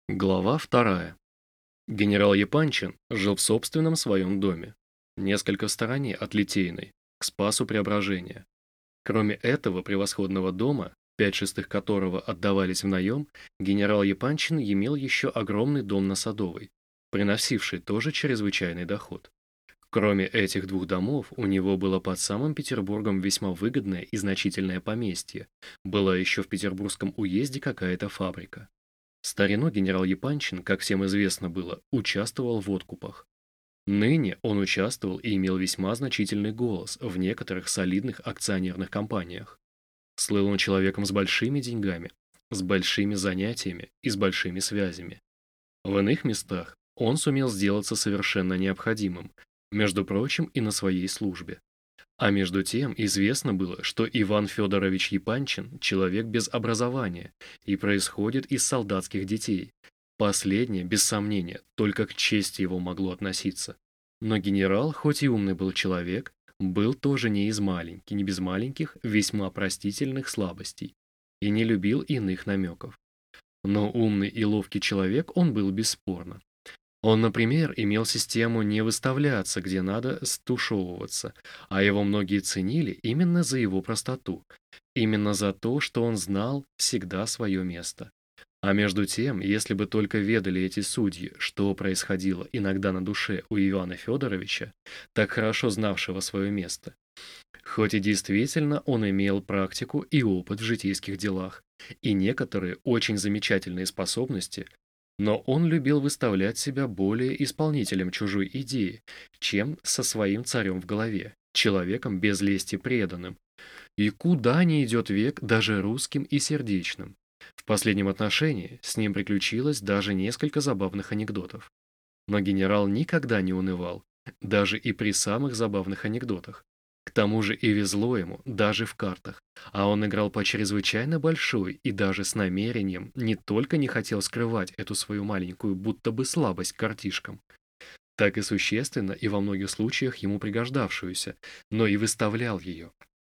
Глава вторая. Генерал Епанчин жил в собственном своем доме, несколько в стороне от Литейной, к Спасу Преображения. Кроме этого превосходного дома, 5/6 которого отдавались в наем, генерал Епанчин имел еще огромный дом на Садовой, приносивший тоже чрезвычайный доход. Кроме этих двух домов, у него было под самым Петербургом весьма выгодное и значительное поместье. Была еще в Петербургском уезде какая-то фабрика. В старину генерал Епанчин, как всем известно было, участвовал в откупах. Ныне он участвовал и имел весьма значительный голос в некоторых солидных акционерных компаниях. Слыл он человеком с большими деньгами, с большими занятиями и с большими связями. В иных местах он сумел сделаться совершенно необходимым, между прочим, и на своей службе. А между тем известно было, что Иван Федорович Епанчин – человек без образования и происходит из солдатских детей. Последнее, без сомнения, только к чести его могло относиться. Но генерал, хоть и умный был человек, был тоже не из маленьких, не без маленьких, весьма простительных слабостей и не любил иных намеков. Но умный и ловкий человек он был бесспорно. Он, например, имел систему не выставляться, где надо стушевываться, а его многие ценили именно за его простоту, именно за то, что он знал всегда свое место. А между тем, если бы только ведали эти судьи, что происходило иногда на душе у Ивана Федоровича, так хорошо знавшего свое место, хоть и действительно он имел практику и опыт в житейских делах, и некоторые очень замечательные способности, но он любил выставлять себя более исполнителем чужой идеи, чем со своим царем в голове, человеком без лести преданным. И куда не идет век даже русским и сердечным. В последнем отношении с ним приключилось даже несколько забавных анекдотов. Но генерал никогда не унывал, даже и при самых забавных анекдотах. К тому же и везло ему, даже в картах, а он играл по чрезвычайно большой и даже с намерением не только не хотел скрывать эту свою маленькую будто бы слабость к картишкам, так и существенно и во многих случаях ему пригождавшуюся, но и выставлял ее.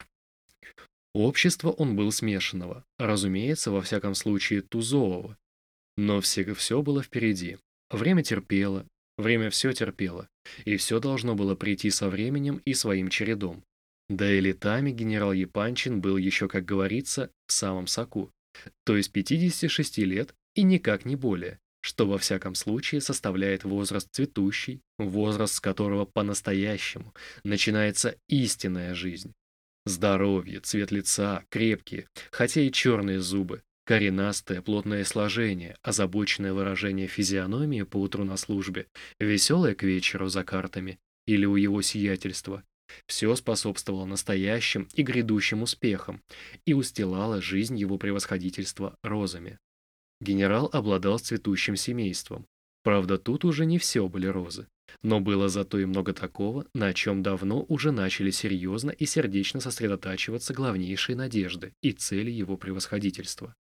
Общество он был смешанного, разумеется, во всяком случае тузового, но все было впереди. Время терпело, время все терпело, и все должно было прийти со временем и своим чередом. Да и летами генерал Епанчин был еще, как говорится, в самом соку, то есть 56 лет и никак не более, что во всяком случае составляет возраст цветущий, возраст, с которого по-настоящему начинается истинная жизнь. Здоровье, цвет лица, крепкие, хотя и черные зубы, коренастое плотное сложение, озабоченное выражение физиономии поутру на службе, веселое к вечеру за картами или у его сиятельства. Все способствовало настоящим и грядущим успехам и устилало жизнь его превосходительства розами. Генерал обладал цветущим семейством. Правда, тут уже не все были розы. Но было зато и много такого, на чем давно уже начали серьезно и сердечно сосредотачиваться главнейшие надежды и цели его превосходительства.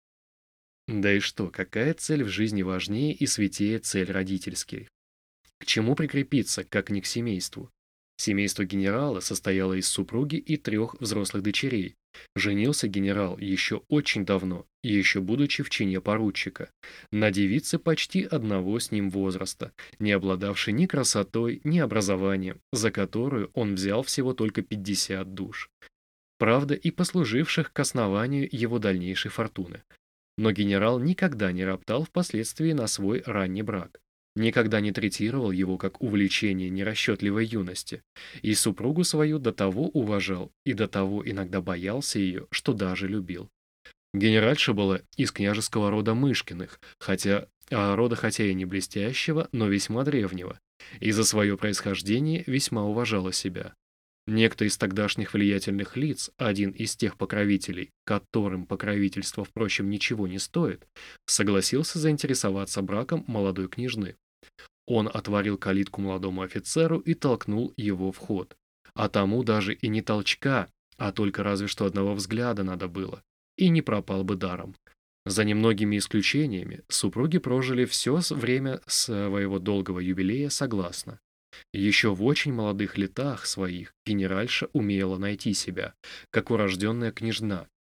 Да и что, какая цель в жизни важнее и святее цель родительской? К чему прикрепиться, как не к семейству? Семейство генерала состояло из супруги и 3 взрослых дочерей. Женился генерал еще очень давно, еще будучи в чине поручика, на девице почти одного с ним возраста, не обладавшей ни красотой, ни образованием, за которую он взял всего только 50 душ. Правда, и послуживших к основанию его дальнейшей фортуны. Но генерал никогда не роптал впоследствии на свой ранний брак. Никогда не третировал его как увлечение нерасчетливой юности. И супругу свою до того уважал и до того иногда боялся ее, что даже любил. Генеральша была из княжеского рода Мышкиных, хотя и не блестящего, но весьма древнего, и за свое происхождение весьма уважала себя. Некто из тогдашних влиятельных лиц, один из тех покровителей, которым покровительство, впрочем, ничего не стоит, согласился заинтересоваться браком молодой княжны. Он отворил калитку молодому офицеру и толкнул его в ход. А тому даже и не толчка, а только разве что одного взгляда надо было, и не пропал бы даром. За немногими исключениями супруги прожили все время своего долгого юбилея согласно. Еще в очень молодых летах своих генеральша умела найти себя, как урожденная княжна,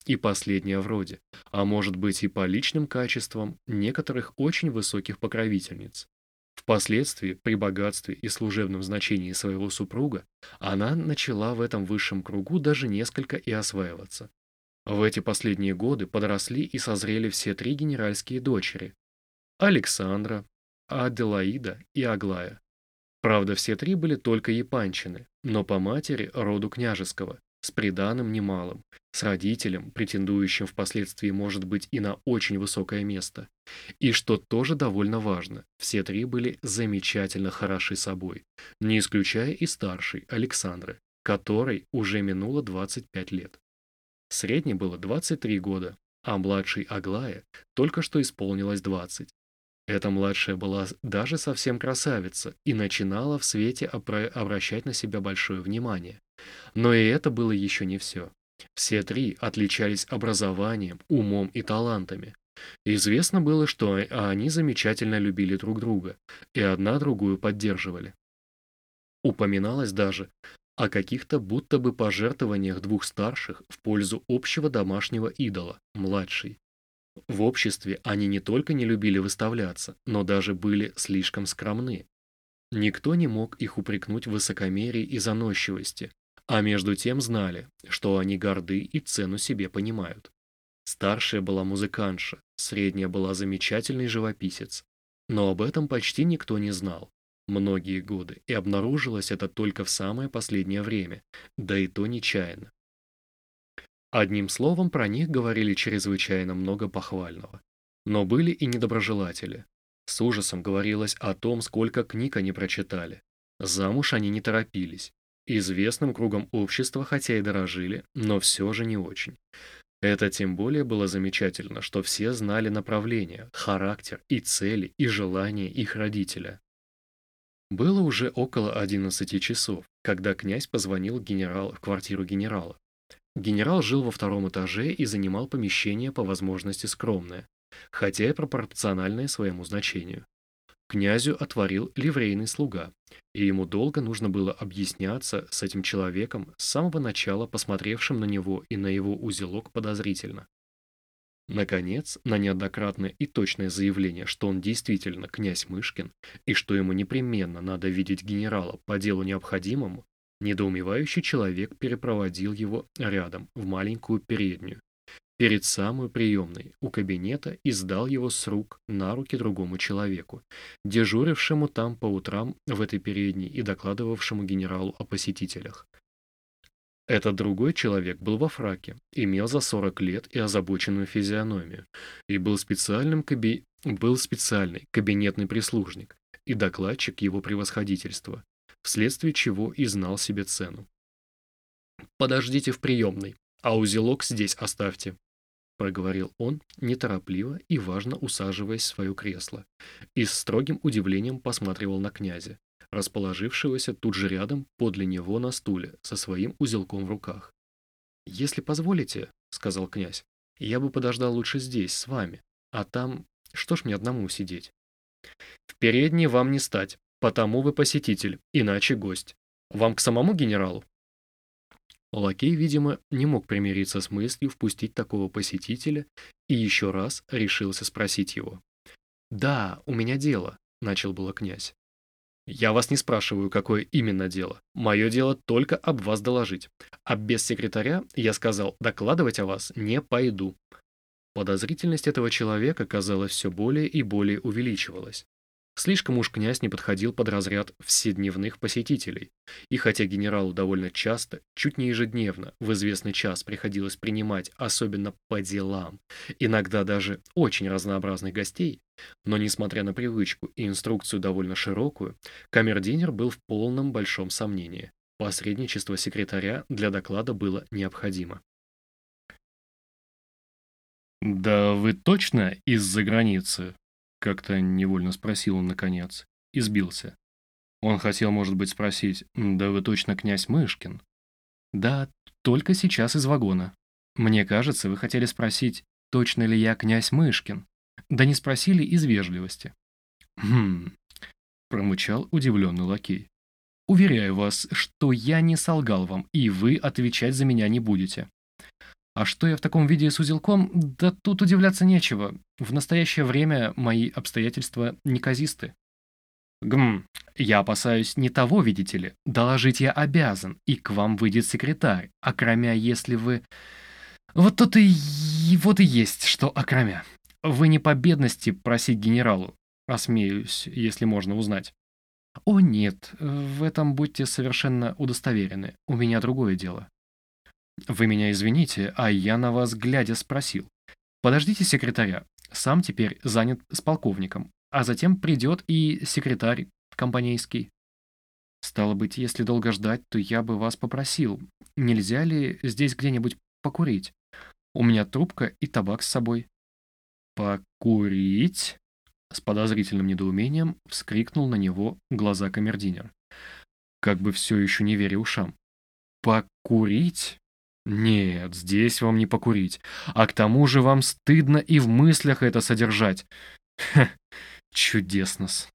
и последняя в роде, а может быть и по личным качествам некоторых очень высоких покровительниц. Впоследствии, при богатстве и служебном значении своего супруга, она начала в этом высшем кругу даже несколько и осваиваться. В эти последние годы подросли и созрели все три генеральские дочери – Александра, Аделаида и Аглая. Правда, все три были только япанчины, но по матери роду княжеского, с приданым немалым, с родителем, претендующим впоследствии, может быть, и на очень высокое место. И что тоже довольно важно, все три были замечательно хороши собой, не исключая и старшей, Александры, которой уже минуло 25 лет. Средней было 23 года, а младшей Аглае только что исполнилось 20. Эта младшая была даже совсем красавица и начинала в свете обращать на себя большое внимание. Но и это было еще не все. Все три отличались образованием, умом и талантами. Известно было, что они замечательно любили друг друга и одна другую поддерживали. Упоминалось даже о каких-то будто бы пожертвованиях двух старших в пользу общего домашнего идола, младшей. В обществе они не только не любили выставляться, но даже были слишком скромны. Никто не мог их упрекнуть в высокомерии и заносчивости, а между тем знали, что они горды и цену себе понимают. Старшая была музыкантша, средняя была замечательный живописец. Но об этом почти никто не знал многие годы, и обнаружилось это только в самое последнее время, да и то нечаянно. Одним словом, про них говорили чрезвычайно много похвального. Но были и недоброжелатели. С ужасом говорилось о том, сколько книг они прочитали. Замуж они не торопились. Известным кругом общества хотя и дорожили, но все же не очень. Это тем более было замечательно, что все знали направление, характер и цели и желания их родителя. Было уже около 11 часов, когда князь позвонил в квартиру генерала. Генерал жил во втором этаже и занимал помещение по возможности скромное, хотя и пропорциональное своему значению. Князю отворил ливрейный слуга, и ему долго нужно было объясняться с этим человеком, с самого начала посмотревшим на него и на его узелок подозрительно. Наконец, на неоднократное и точное заявление, что он действительно князь Мышкин, и что ему непременно надо видеть генерала по делу необходимому, недоумевающий человек перепроводил его рядом в маленькую переднюю, перед самой приемной, у кабинета, и сдал его с рук на руки другому человеку, дежурившему там по утрам в этой передней и докладывавшему генералу о посетителях. Этот другой человек был во фраке, имел за 40 лет и озабоченную физиономию, и был специальный кабинетный прислужник и докладчик его превосходительства, вследствие чего и знал себе цену. «Подождите в приемной, а узелок здесь оставьте», — проговорил он неторопливо и важно усаживаясь в свое кресло, и с строгим удивлением посматривал на князя, расположившегося тут же рядом подле него на стуле со своим узелком в руках. «Если позволите, — сказал князь, — я бы подождал лучше здесь, с вами, а там, что ж мне одному сидеть?» «В передней вам не стать, потому вы посетитель, иначе гость. Вам к самому генералу?» Лакей, видимо, не мог примириться с мыслью впустить такого посетителя и еще раз решился спросить его. «Да, у меня дело», — начал было князь. «Я вас не спрашиваю, какое именно дело. Мое дело только об вас доложить. А без секретаря, я сказал, докладывать о вас не пойду». Подозрительность этого человека, казалось, все более и более увеличивалась. Слишком уж князь не подходил под разряд вседневных посетителей, и хотя генералу довольно часто, чуть не ежедневно, в известный час приходилось принимать, особенно по делам, иногда даже очень разнообразных гостей, но несмотря на привычку и инструкцию довольно широкую, камердинер был в полном большом сомнении. Посредничество секретаря для доклада было необходимо. «Да вы точно из-за границы?» — как-то невольно спросил он наконец. И сбился. Он хотел, может быть, спросить: «Да вы точно князь Мышкин?» «Да, только сейчас из вагона. Мне кажется, вы хотели спросить, точно ли я князь Мышкин. Да не спросили из вежливости». «Хм...» — промычал удивленный лакей. «Уверяю вас, что я не солгал вам, и вы отвечать за меня не будете. А что я в таком виде с узелком? Да тут удивляться нечего. В настоящее время мои обстоятельства неказисты. Гм, я опасаюсь не того, видите ли. Доложить я обязан, и к вам выйдет секретарь. Окромя, если вы... Вот тут вот и есть, что окромя. Вы не по бедности просить генералу. Осмеюсь, если можно узнать. О нет, в этом будьте совершенно удостоверены. У меня другое дело. Вы меня извините, а я на вас глядя спросил. Подождите секретаря. Сам теперь занят с полковником. А затем придет и секретарь компанейский. Стало быть, если долго ждать, то я бы вас попросил, нельзя ли здесь где-нибудь покурить? У меня трубка и табак с собой. Покурить? С подозрительным недоумением вскрикнул на него глаза камердинер, как бы все еще не веря ушам. Покурить? Нет, здесь вам не покурить. А к тому же вам стыдно и в мыслях это содержать. Ха, чудесно-с.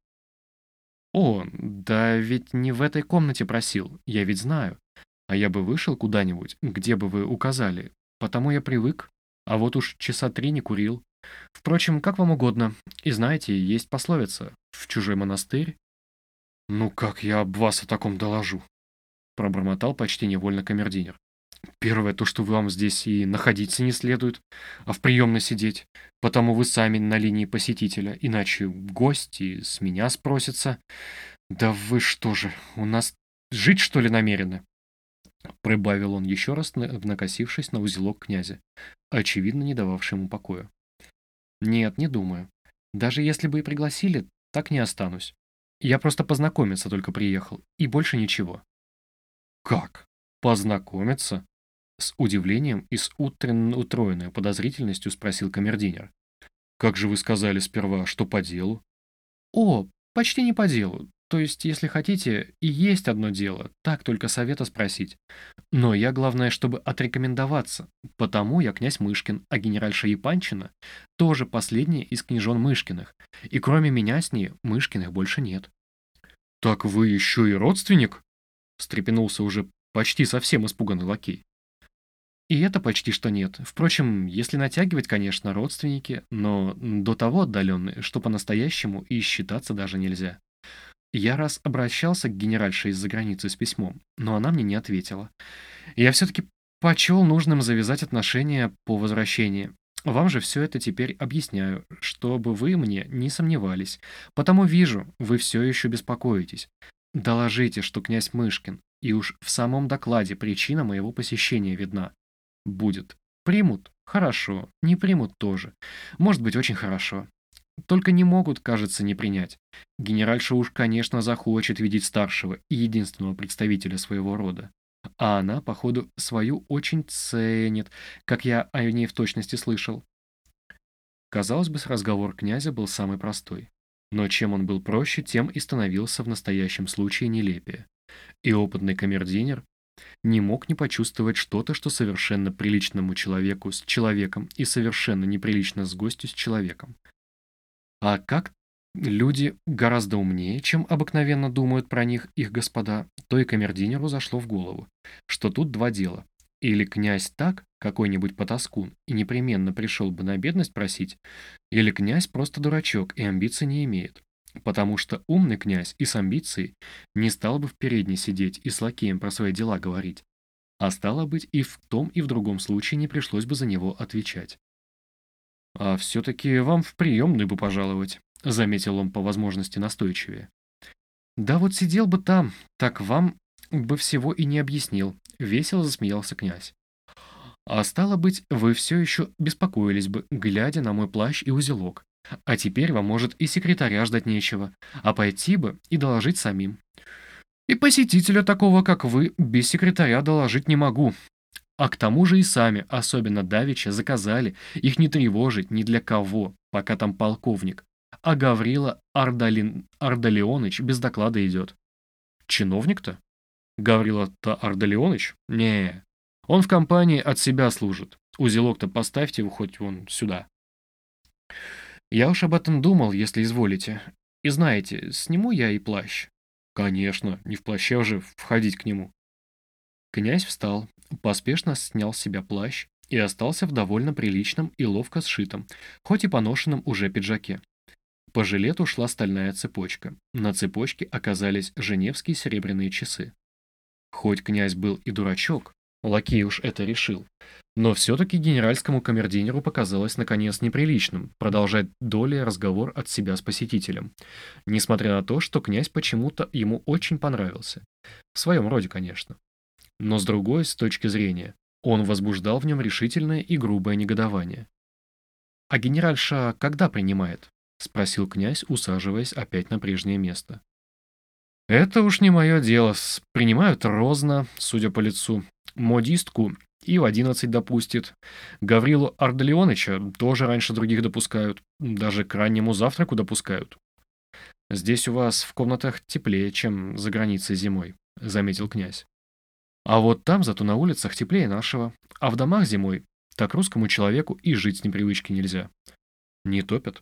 О, да ведь не в этой комнате просил, я ведь знаю. А я бы вышел куда-нибудь, где бы вы указали. Потому я привык, а вот уж часа 3 не курил. Впрочем, как вам угодно. И знаете, есть пословица «в чужой монастырь». «Ну как я об вас о таком доложу?» Пробормотал почти невольно камердинер. «Первое, то, что вам здесь и находиться не следует, а в приемной сидеть. Потому вы сами на линии посетителя, иначе гости с меня спросятся. Да вы что же, у нас жить, что ли, намерены?» Прибавил он еще раз, накосившись на узелок князя, очевидно, не дававший ему покоя. «Нет, не думаю. Даже если бы и пригласили, так не останусь. Я просто познакомиться только приехал, и больше ничего». «Как? Познакомиться?» С удивлением и с утроенной подозрительностью спросил камердинер. «Как же вы сказали сперва, что по делу?» «О, почти не по делу. То есть, если хотите, и есть одно дело, так только совета спросить. Но я, главное, чтобы отрекомендоваться. Потому я князь Мышкин, а генеральша Епанчина тоже последняя из княжон Мышкиных. И кроме меня с ней Мышкиных больше нет». «Так вы еще и родственник?» Встрепенулся уже почти совсем испуганный лакей. И это почти что нет. Впрочем, если натягивать, конечно, родственники, но до того отдаленные, что по-настоящему и считаться даже нельзя. Я раз обращался к генеральше из-за границы с письмом, но она мне не ответила. Я все-таки почел нужным завязать отношения по возвращении. Вам же все это теперь объясняю, чтобы вы мне не сомневались. Потому вижу, вы все еще беспокоитесь. Доложите, что князь Мышкин, и уж в самом докладе причина моего посещения видна. Будет. Примут? Хорошо. Не примут тоже. Может быть, очень хорошо. Только не могут, кажется, не принять. Генеральша уж, конечно, захочет видеть старшего и единственного представителя своего рода. А она, походу, свою очень ценит, как я о ней в точности слышал. Казалось бы, разговор князя был самый простой. Но чем он был проще, тем и становился в настоящем случае нелепее. И опытный камердинер не мог не почувствовать что-то, что совершенно приличному человеку с человеком и совершенно неприлично с гостю с человеком. А как люди гораздо умнее, чем обыкновенно думают про них их господа, то и камердинеру зашло в голову, что тут два дела. Или князь так, какой-нибудь потаскун, и непременно пришел бы на бедность просить, или князь просто дурачок и амбиций не имеет. Потому что умный князь и с амбицией не стал бы в передней сидеть и с лакеем про свои дела говорить. А стало быть, и в том, и в другом случае не пришлось бы за него отвечать. «А все-таки вам в приемную бы пожаловать», — заметил он по возможности настойчивее. «Да вот сидел бы там, так вам бы всего и не объяснил», — весело засмеялся князь. «А стало быть, вы все еще беспокоились бы, глядя на мой плащ и узелок. А теперь вам, может, и секретаря ждать нечего, а пойти бы и доложить самим. И посетителя такого, как вы, без секретаря доложить не могу. А к тому же и сами, особенно давеча, заказали их не тревожить ни для кого, пока там полковник. А Гаврила Ардалионыч без доклада идет». «Чиновник-то? Гаврила-то Ардалионыч? Не, он в компании от себя служит. Узелок-то поставьте вы хоть вон сюда». «Я уж об этом думал, если изволите. И знаете, сниму я и плащ». «Конечно, не в плаще уже входить к нему». Князь встал, поспешно снял с себя плащ и остался в довольно приличном и ловко сшитом, хоть и поношенном уже пиджаке. По жилету шла стальная цепочка. На цепочке оказались женевские серебряные часы. Хоть князь был и дурачок, лакей уж это решил, но все-таки генеральскому камердинеру показалось наконец неприличным продолжать долей разговор от себя с посетителем, несмотря на то, что князь почему-то ему очень понравился. В своем роде, конечно. Но с другой, с точки зрения, он возбуждал в нем решительное и грубое негодование. «А генеральша когда принимает?» — спросил князь, усаживаясь опять на прежнее место. «Это уж не мое дело. Принимают розно, судя по лицу. Модистку и в 11 допустит. Гаврилу Ардалионыча тоже раньше других допускают. Даже к раннему завтраку допускают. Здесь у вас в комнатах теплее, чем за границей зимой», — заметил князь. «А вот там зато на улицах теплее нашего. А в домах зимой так русскому человеку и жить с непривычки нельзя. Не топят.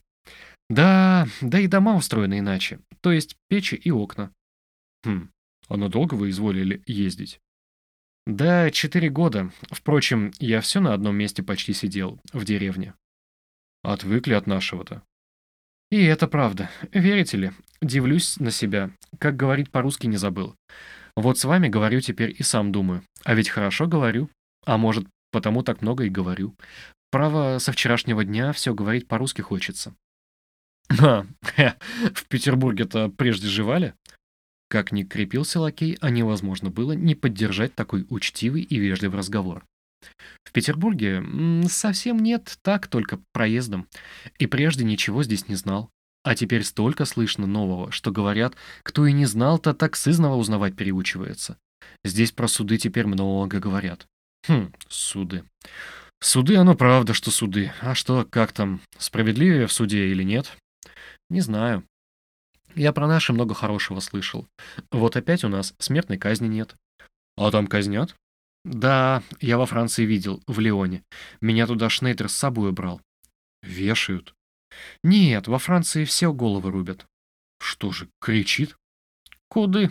Да, да и дома устроены иначе. То есть печи и окна. Хм, а надолго вы изволили ездить? Да, 4 года. Впрочем, я все на одном месте почти сидел, в деревне. Отвыкли от нашего-то. И это правда. Верите ли? Дивлюсь на себя. Как говорить по-русски не забыл. Вот с вами говорю теперь и сам думаю. А ведь хорошо говорю. А может, потому так много и говорю. Право, со вчерашнего дня все говорить по-русски хочется. А, в Петербурге-то прежде живали? Как ни крепился лакей, а невозможно было не поддержать такой учтивый и вежливый разговор. В Петербурге совсем нет, так только проездом. И прежде ничего здесь не знал. А теперь столько слышно нового, что говорят, кто и не знал-то, так сызнова узнавать переучивается. Здесь про суды теперь много говорят. Суды. Суды, оно правда, что суды. А что, как там, справедливее в суде или нет? Не знаю. Я про наши много хорошего слышал. Вот опять у нас смертной казни нет. А там казнят? Да, я во Франции видел, в Лионе. Меня туда Шнейдер с собой брал. Вешают. Нет, во Франции все головы рубят. Что же, кричит? Куды?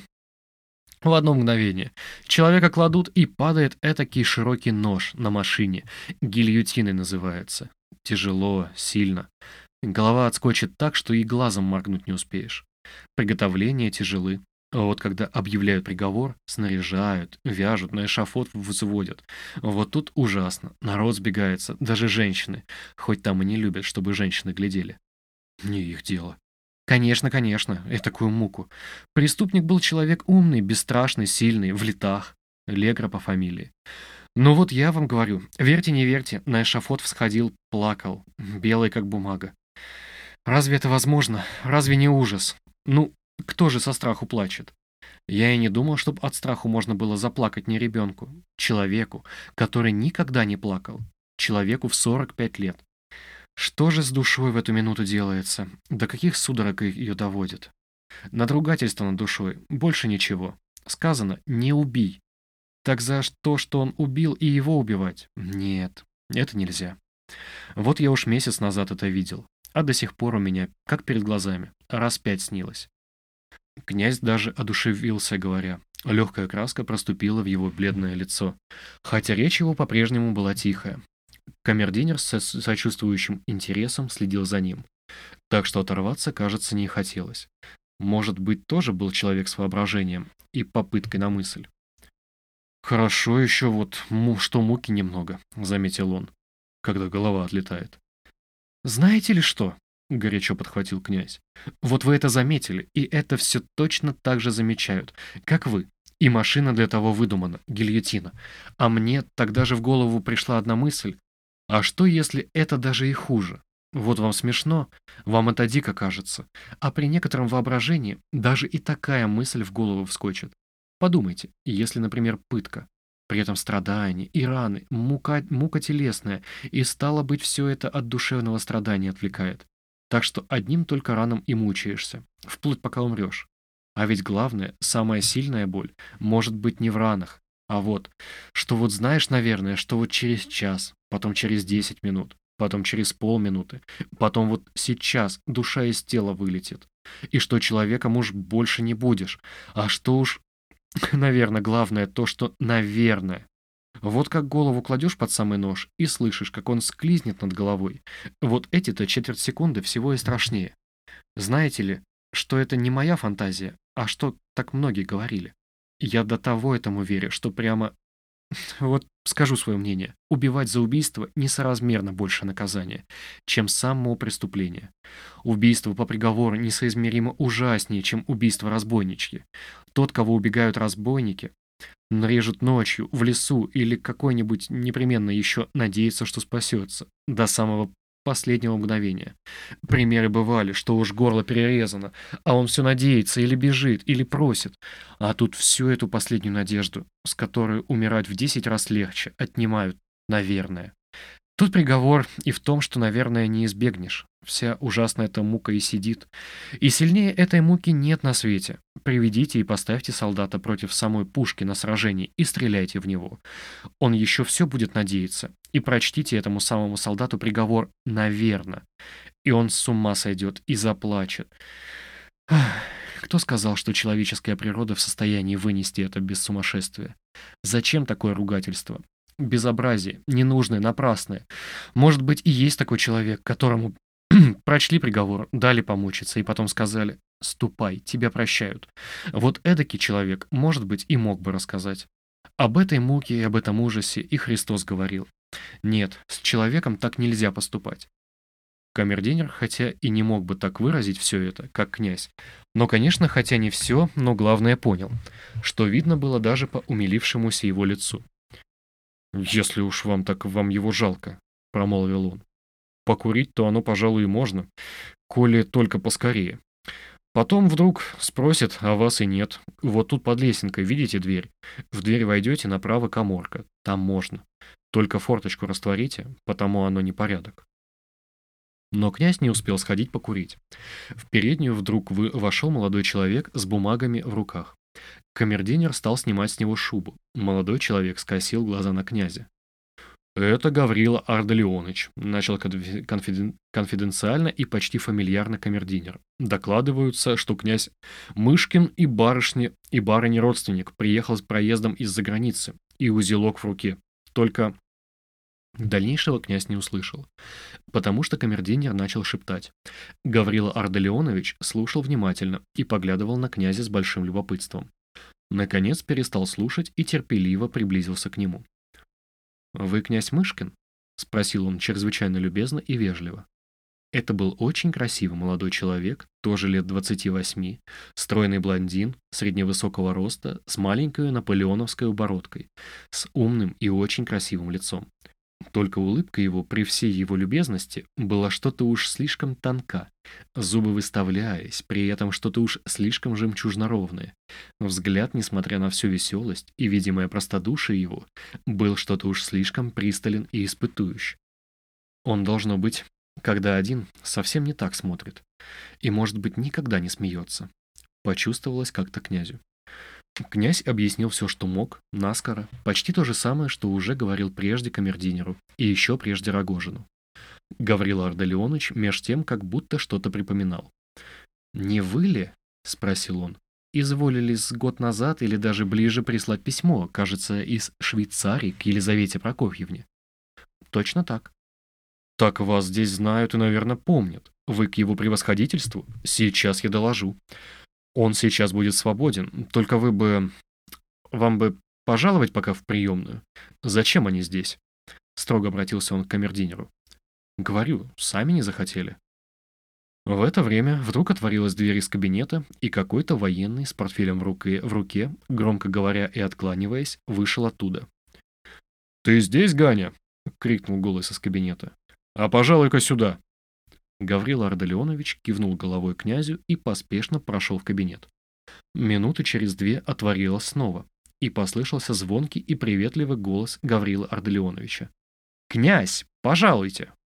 В одно мгновение. Человека кладут, и падает этакий широкий нож на машине. Гильотиной называется. Тяжело, сильно. Голова отскочит так, что и глазом моргнуть не успеешь. Приготовления тяжелы. А вот когда объявляют приговор, снаряжают, вяжут, на эшафот взводят. Вот тут ужасно. Народ сбегается, даже женщины. Хоть там и не любят, чтобы женщины глядели. Не их дело. Конечно, конечно, и такую муку. Преступник был человек умный, бесстрашный, сильный, в летах. Легра по фамилии. Ну вот я вам говорю, верьте, не верьте, на эшафот всходил, плакал, белый как бумага. Разве это возможно? Разве не ужас? Ну, кто же со страху плачет? Я и не думал, чтобы от страху можно было заплакать не ребенку, человеку, который никогда не плакал, человеку в 45 лет. Что же с душой в эту минуту делается? До каких судорог ее доводит? Надругательство над душой, больше ничего. Сказано «не убий». Так за то, что он убил, и его убивать? Нет, это нельзя. Вот я уж месяц назад это видел, а до сих пор у меня, как перед глазами, раз 5 снилось. Князь даже одушевился, говоря. Легкая краска проступила в его бледное лицо, хотя речь его по-прежнему была тихая. Камердинер с сочувствующим интересом следил за ним, так что оторваться, кажется, не хотелось. Может быть, тоже был человек с воображением и попыткой на мысль. «Хорошо еще вот, что муки немного», — заметил он, когда голова отлетает. «Знаете ли что?» — горячо подхватил князь. «Вот вы это заметили, и это все точно так же замечают, как вы. И машина для того выдумана, гильотина. А мне тогда же в голову пришла одна мысль. А что, если это даже и хуже? Вот вам смешно, вам это дико кажется. А при некотором воображении даже и такая мысль в голову вскочит. Подумайте, если, например, пытка, при этом страдания и раны, мука телесная, и стало быть, все это от душевного страдания отвлекает. Так что одним только раном и мучаешься, вплоть пока умрешь. А ведь главное, самая сильная боль может быть не в ранах, а вот, что вот знаешь, наверное, что вот через час, потом через 10 минут, потом через полминуты, потом вот сейчас душа из тела вылетит, и что человеком уж больше не будешь, а что уж, наверное, главное то, что наверное. Вот как голову кладешь под самый нож и слышишь, как он склизнет над головой. Вот эти-то четверть секунды всего и страшнее. Знаете ли, что это не моя фантазия, а что так многие говорили. Я до того этому верю, что прямо вот скажу свое мнение. Убивать за убийство несоразмерно больше наказания, чем само преступление. Убийство по приговору несоизмеримо ужаснее, чем убийство разбойничьи. Тот, кого убегают разбойники, нарежут ночью, в лесу или какой-нибудь непременно еще надеется, что спасется. До самого последнего мгновения. Примеры бывали, что уж горло перерезано, а он все надеется или бежит, или просит. А тут всю эту последнюю надежду, с которой умирать в 10 раз легче, отнимают, наверное. Тут приговор и в том, что, наверное, не избегнешь. Вся ужасная эта мука и сидит. И сильнее этой муки нет на свете. Приведите и поставьте солдата против самой пушки на сражении и стреляйте в него. Он еще все будет надеяться. И прочтите этому самому солдату приговор «наверно». И он с ума сойдет и заплачет. Ах, кто сказал, что человеческая природа в состоянии вынести это без сумасшествия? Зачем такое ругательство? Безобразие, ненужное, напрасное. Может быть, и есть такой человек, которому прочли приговор, дали помучиться и потом сказали «ступай, тебя прощают». Вот эдакий человек, может быть, и мог бы рассказать. Об этой муке и об этом ужасе и Христос говорил. Нет, с человеком так нельзя поступать. Камердинер, хотя и не мог бы так выразить все это, как князь, но, конечно, хотя не все, но главное понял, что видно было даже по умилившемуся его лицу. «Если уж вам его жалко», — промолвил он. «Покурить-то оно, пожалуй, и можно, коли только поскорее. Потом вдруг спросят, а вас и нет. Вот тут под лесенкой, видите дверь? В дверь войдете, направо каморка, там можно. Только форточку растворите, потому оно непорядок». Но князь не успел сходить покурить. В переднюю вдруг вошел молодой человек с бумагами в руках. Камердинер стал снимать с него шубу. Молодой человек скосил глаза на князя. «Это Гаврила Ардалионыч», — начал конфиденциально и почти фамильярно камердинер. «Докладываются, что князь Мышкин и барыня родственник приехал с проездом из-за границы, и узелок в руке. Только...» Дальнейшего князь не услышал, потому что камердинер начал шептать. Гаврила Ардалионович слушал внимательно и поглядывал на князя с большим любопытством. Наконец перестал слушать и терпеливо приблизился к нему. «Вы князь Мышкин?» — спросил он чрезвычайно любезно и вежливо. Это был очень красивый молодой человек, тоже лет 28, стройный блондин, средневысокого роста, с маленькой наполеоновской бородкой, с умным и очень красивым лицом. Только улыбка его, при всей его любезности, была что-то уж слишком тонка, зубы выставляясь, при этом что-то уж слишком жемчужно-ровное. Взгляд, несмотря на всю веселость и видимое простодушие его, был что-то уж слишком пристален и испытующий. Он, должно быть, когда один, совсем не так смотрит, и, может быть, никогда не смеется. Почувствовалось как-то князю. Князь объяснил все, что мог, наскоро, почти то же самое, что уже говорил прежде камердинеру и еще прежде Рогожину. Гаврила Ардалионыч меж тем как будто что-то припоминал. «Не вы ли, — спросил он, — изволили с год назад или даже ближе прислать письмо, кажется, из Швейцарии к Елизавете Прокофьевне?» «Точно так». «Так вас здесь знают и, наверное, помнят. Вы к его превосходительству? Сейчас я доложу. Он сейчас будет свободен, только вам бы пожаловать пока в приемную. Зачем они здесь?» Строго обратился он к камердинеру. «Говорю, сами не захотели». В это время вдруг отворилась дверь из кабинета, и какой-то военный с портфелем в руке, громко говоря и откланиваясь, вышел оттуда. «Ты здесь, Ганя?» — крикнул голос из кабинета. «А пожалуй-ка сюда». Гаврила Ардалионович кивнул головой князю и поспешно прошел в кабинет. Минуты через две отворилась снова, и послышался звонкий и приветливый голос Гаврила Ардалионовича. «Князь, пожалуйте!»